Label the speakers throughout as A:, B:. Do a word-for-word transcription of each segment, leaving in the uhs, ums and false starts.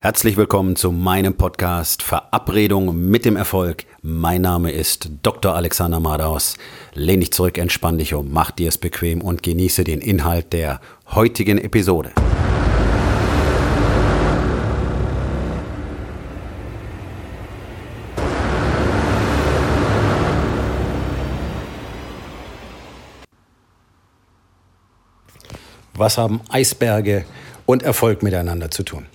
A: Herzlich willkommen zu meinem Podcast Verabredung mit dem Erfolg. Mein Name ist Doktor Alexander Madaus. Lehn dich zurück, entspann dich um, mach dir es bequem und genieße den Inhalt der heutigen Episode. Was haben Eisberge und Erfolg miteinander zu tun?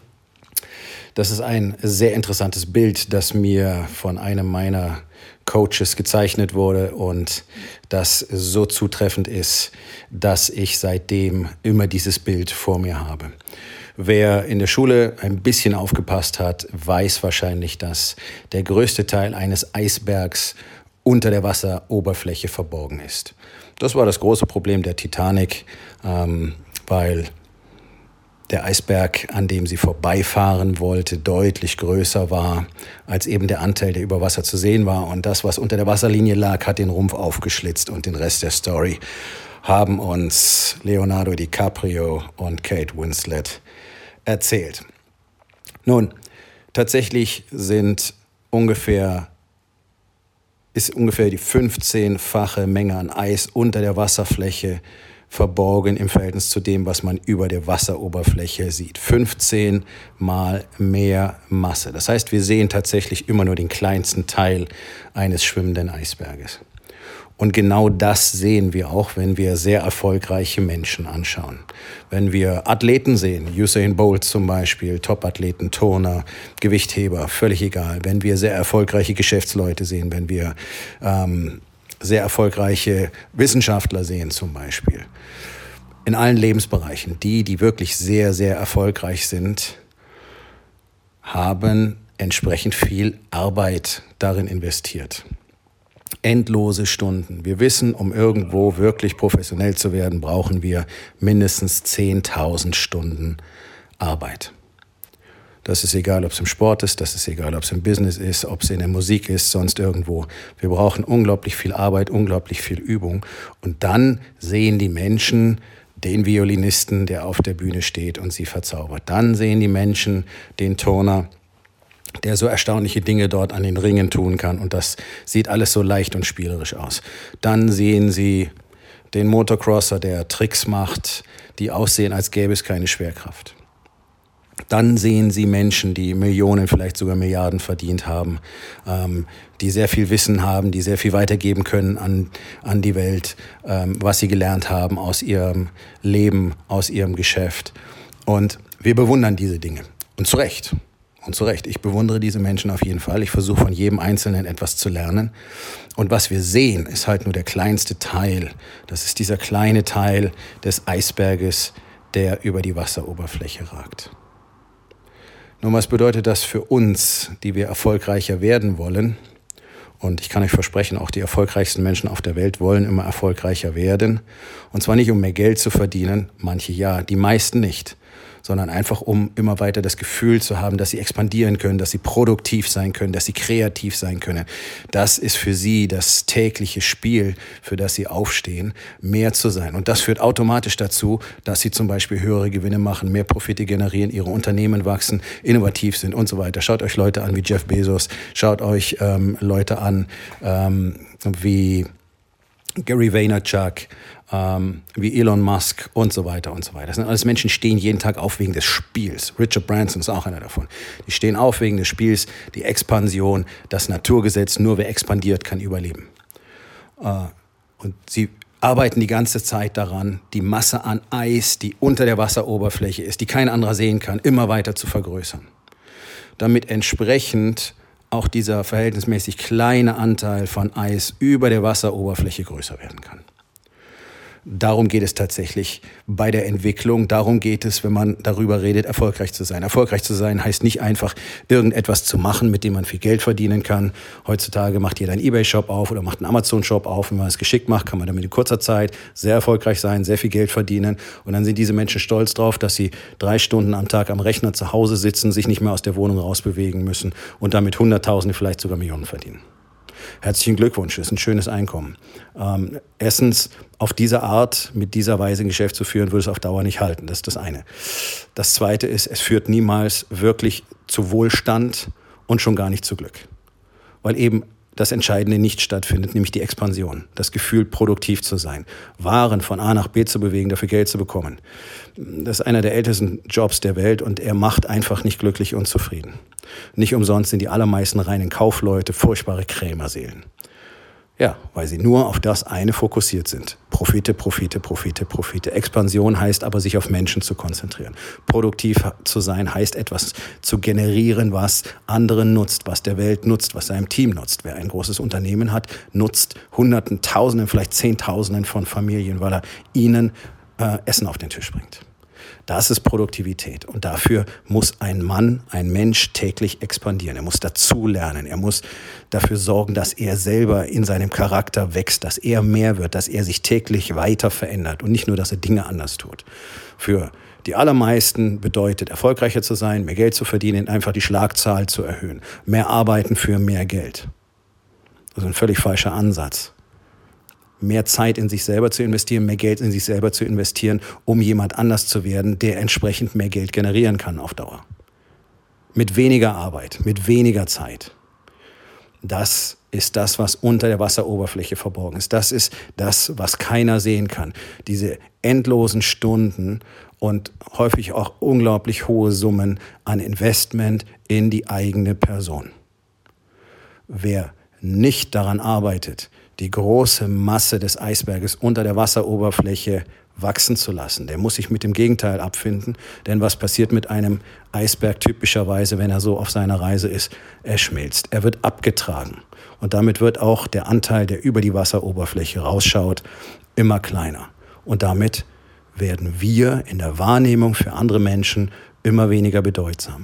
A: Das ist ein sehr interessantes Bild, das mir von einem meiner Coaches gezeichnet wurde und das so zutreffend ist, dass ich seitdem immer dieses Bild vor mir habe. Wer in der Schule ein bisschen aufgepasst hat, weiß wahrscheinlich, dass der größte Teil eines Eisbergs unter der Wasseroberfläche verborgen ist. Das war das große Problem der Titanic, ähm, weil der Eisberg, an dem sie vorbeifahren wollte, deutlich größer war als eben der Anteil, der über Wasser zu sehen war. Und das, was unter der Wasserlinie lag, hat den Rumpf aufgeschlitzt. Und den Rest der Story haben uns Leonardo DiCaprio und Kate Winslet erzählt. Nun, tatsächlich sind ungefähr, ist ungefähr die fünfzehnfache Menge an Eis unter der Wasserfläche verborgen im Verhältnis zu dem, was man über der Wasseroberfläche sieht. fünfzehn Mal mehr Masse. Das heißt, wir sehen tatsächlich immer nur den kleinsten Teil eines schwimmenden Eisberges. Und genau das sehen wir auch, wenn wir sehr erfolgreiche Menschen anschauen. Wenn wir Athleten sehen, Usain Bolt zum Beispiel, Topathleten, Turner, Gewichtheber, völlig egal. Wenn wir sehr erfolgreiche Geschäftsleute sehen, wenn wir ähm, sehr erfolgreiche Wissenschaftler sehen zum Beispiel. In allen Lebensbereichen, die, die wirklich sehr, sehr erfolgreich sind, haben entsprechend viel Arbeit darin investiert. Endlose Stunden. Wir wissen, um irgendwo wirklich professionell zu werden, brauchen wir mindestens zehntausend Stunden Arbeit. Das ist egal, ob es im Sport ist, das ist egal, ob es im Business ist, ob es in der Musik ist, sonst irgendwo. Wir brauchen unglaublich viel Arbeit, unglaublich viel Übung. Und dann sehen die Menschen den Violinisten, der auf der Bühne steht und sie verzaubert. Dann sehen die Menschen den Turner, der so erstaunliche Dinge dort an den Ringen tun kann. Und das sieht alles so leicht und spielerisch aus. Dann sehen sie den Motocrosser, der Tricks macht, die aussehen, als gäbe es keine Schwerkraft. Dann sehen sie Menschen, die Millionen, vielleicht sogar Milliarden verdient haben, ähm, die sehr viel Wissen haben, die sehr viel weitergeben können an, an die Welt, ähm, was sie gelernt haben aus ihrem Leben, aus ihrem Geschäft. Und wir bewundern diese Dinge. Und zu Recht. Und zu Recht. Ich bewundere diese Menschen auf jeden Fall. Ich versuche von jedem Einzelnen etwas zu lernen. Und was wir sehen, ist halt nur der kleinste Teil. Das ist dieser kleine Teil des Eisberges, der über die Wasseroberfläche ragt. Nun, was bedeutet das für uns, die wir erfolgreicher werden wollen? Und ich kann euch versprechen, auch die erfolgreichsten Menschen auf der Welt wollen immer erfolgreicher werden. Und zwar nicht, um mehr Geld zu verdienen, manche ja, die meisten nicht, sondern einfach, um immer weiter das Gefühl zu haben, dass sie expandieren können, dass sie produktiv sein können, dass sie kreativ sein können. Das ist für sie das tägliche Spiel, für das sie aufstehen, mehr zu sein. Und das führt automatisch dazu, dass sie zum Beispiel höhere Gewinne machen, mehr Profite generieren, ihre Unternehmen wachsen, innovativ sind und so weiter. Schaut euch Leute an wie Jeff Bezos, schaut euch ähm, Leute an ähm, wie Gary Vaynerchuk, ähm, wie Elon Musk und so weiter und so weiter. Das sind alles Menschen, die stehen jeden Tag auf wegen des Spiels. Richard Branson ist auch einer davon. Die stehen auf wegen des Spiels, die Expansion, das Naturgesetz, nur wer expandiert, kann überleben. Äh, und sie arbeiten die ganze Zeit daran, die Masse an Eis, die unter der Wasseroberfläche ist, die kein anderer sehen kann, immer weiter zu vergrößern. Damit entsprechend auch dieser verhältnismäßig kleine Anteil von Eis über der Wasseroberfläche größer werden kann. Darum geht es tatsächlich bei der Entwicklung. Darum geht es, wenn man darüber redet, erfolgreich zu sein. Erfolgreich zu sein heißt nicht einfach, irgendetwas zu machen, mit dem man viel Geld verdienen kann. Heutzutage macht jeder einen eBay-Shop auf oder macht einen Amazon-Shop auf. Wenn man es geschickt macht, kann man damit in kurzer Zeit sehr erfolgreich sein, sehr viel Geld verdienen. Und dann sind diese Menschen stolz drauf, dass sie drei Stunden am Tag am Rechner zu Hause sitzen, sich nicht mehr aus der Wohnung rausbewegen müssen und damit Hunderttausende, vielleicht sogar Millionen verdienen. Herzlichen Glückwunsch, das ist ein schönes Einkommen. Ähm, erstens, auf diese Art, mit dieser Weise ein Geschäft zu führen, würde es auf Dauer nicht halten. Das ist das eine. Das zweite ist, es führt niemals wirklich zu Wohlstand und schon gar nicht zu Glück. Weil eben das Entscheidende nicht stattfindet, nämlich die Expansion, das Gefühl, produktiv zu sein, Waren von A nach B zu bewegen, dafür Geld zu bekommen. Das ist einer der ältesten Jobs der Welt und er macht einfach nicht glücklich und zufrieden. Nicht umsonst sind die allermeisten reinen Kaufleute furchtbare Krämerseelen. Ja, weil sie nur auf das eine fokussiert sind. Profite, Profite, Profite, Profite. Expansion heißt aber, sich auf Menschen zu konzentrieren. Produktiv zu sein heißt, etwas zu generieren, was anderen nutzt, was der Welt nutzt, was seinem Team nutzt. Wer ein großes Unternehmen hat, nutzt Hunderten, Tausenden, vielleicht Zehntausenden von Familien, weil er ihnen äh, Essen auf den Tisch bringt. Das ist Produktivität und dafür muss ein Mann, ein Mensch täglich expandieren. Er muss dazulernen, er muss dafür sorgen, dass er selber in seinem Charakter wächst, dass er mehr wird, dass er sich täglich weiter verändert und nicht nur, dass er Dinge anders tut. Für die allermeisten bedeutet, erfolgreicher zu sein, mehr Geld zu verdienen, einfach die Schlagzahl zu erhöhen, mehr arbeiten für mehr Geld. Das ist ein völlig falscher Ansatz. Mehr Zeit in sich selber zu investieren, mehr Geld in sich selber zu investieren, um jemand anders zu werden, der entsprechend mehr Geld generieren kann auf Dauer. Mit weniger Arbeit, mit weniger Zeit. Das ist das, was unter der Wasseroberfläche verborgen ist. Das ist das, was keiner sehen kann. Diese endlosen Stunden und häufig auch unglaublich hohe Summen an Investment in die eigene Person. Wer nicht daran arbeitet, die große Masse des Eisberges unter der Wasseroberfläche wachsen zu lassen. Der muss sich mit dem Gegenteil abfinden, denn was passiert mit einem Eisberg typischerweise, wenn er so auf seiner Reise ist? Er schmilzt, er wird abgetragen und damit wird auch der Anteil, der über die Wasseroberfläche rausschaut, immer kleiner. Und damit werden wir in der Wahrnehmung für andere Menschen immer weniger bedeutsam.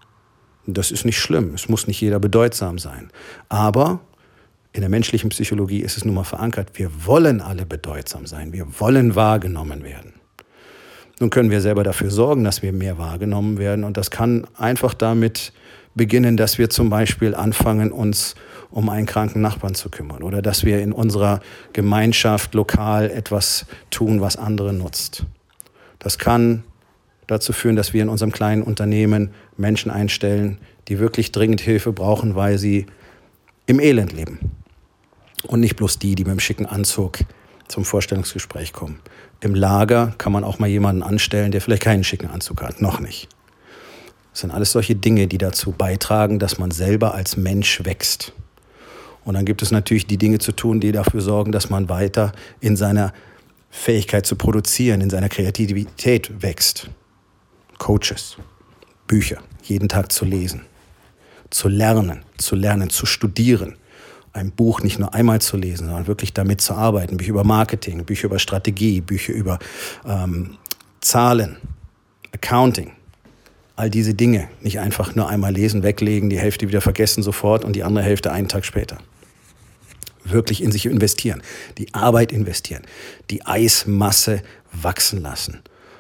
A: Das ist nicht schlimm, es muss nicht jeder bedeutsam sein, aber in der menschlichen Psychologie ist es nun mal verankert, wir wollen alle bedeutsam sein, wir wollen wahrgenommen werden. Nun können wir selber dafür sorgen, dass wir mehr wahrgenommen werden und das kann einfach damit beginnen, dass wir zum Beispiel anfangen, uns um einen kranken Nachbarn zu kümmern oder dass wir in unserer Gemeinschaft lokal etwas tun, was andere nutzt. Das kann dazu führen, dass wir in unserem kleinen Unternehmen Menschen einstellen, die wirklich dringend Hilfe brauchen, weil sie im Elend leben. Und nicht bloß die, die mit dem schicken Anzug zum Vorstellungsgespräch kommen. Im Lager kann man auch mal jemanden anstellen, der vielleicht keinen schicken Anzug hat. Noch nicht. Das sind alles solche Dinge, die dazu beitragen, dass man selber als Mensch wächst. Und dann gibt es natürlich die Dinge zu tun, die dafür sorgen, dass man weiter in seiner Fähigkeit zu produzieren, in seiner Kreativität wächst. Coaches, Bücher, jeden Tag zu lesen, zu lernen, zu lernen, zu studieren. Ein Buch nicht nur einmal zu lesen, sondern wirklich damit zu arbeiten. Bücher über Marketing, Bücher über Strategie, Bücher über ähm, Zahlen, Accounting. All diese Dinge nicht einfach nur einmal lesen, weglegen, die Hälfte wieder vergessen sofort und die andere Hälfte einen Tag später. Wirklich in sich investieren, die Arbeit investieren, die Eismasse wachsen lassen.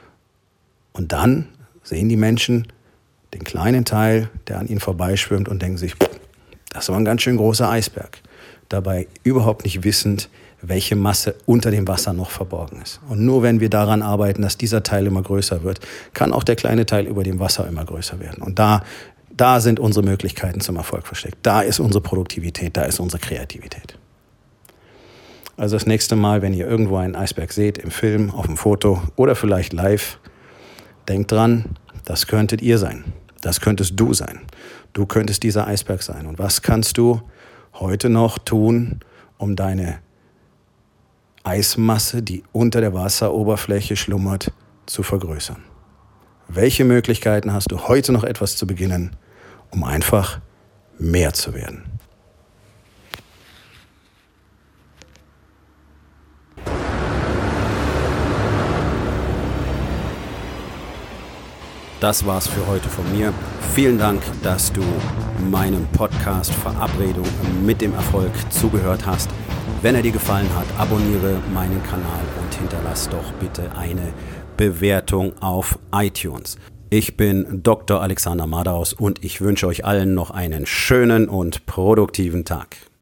A: Und dann sehen die Menschen den kleinen Teil, der an ihnen vorbeischwimmt und denken sich, das war ein ganz schön großer Eisberg. Dabei überhaupt nicht wissend, welche Masse unter dem Wasser noch verborgen ist. Und nur wenn wir daran arbeiten, dass dieser Teil immer größer wird, kann auch der kleine Teil über dem Wasser immer größer werden. Und da, da sind unsere Möglichkeiten zum Erfolg versteckt. Da ist unsere Produktivität, da ist unsere Kreativität. Also das nächste Mal, wenn ihr irgendwo einen Eisberg seht, im Film, auf dem Foto oder vielleicht live, denkt dran, das könntet ihr sein. Das könntest du sein. Du könntest dieser Eisberg sein. Und was kannst du heute noch tun, um deine Eismasse, die unter der Wasseroberfläche schlummert, zu vergrößern? Welche Möglichkeiten hast du heute noch etwas zu beginnen, um einfach mehr zu werden? Das war's für heute von mir. Vielen Dank, dass du meinem Podcast Verabredung mit dem Erfolg zugehört hast. Wenn er dir gefallen hat, abonniere meinen Kanal und hinterlass doch bitte eine Bewertung auf iTunes. Ich bin Doktor Alexander Madaus und ich wünsche euch allen noch einen schönen und produktiven Tag.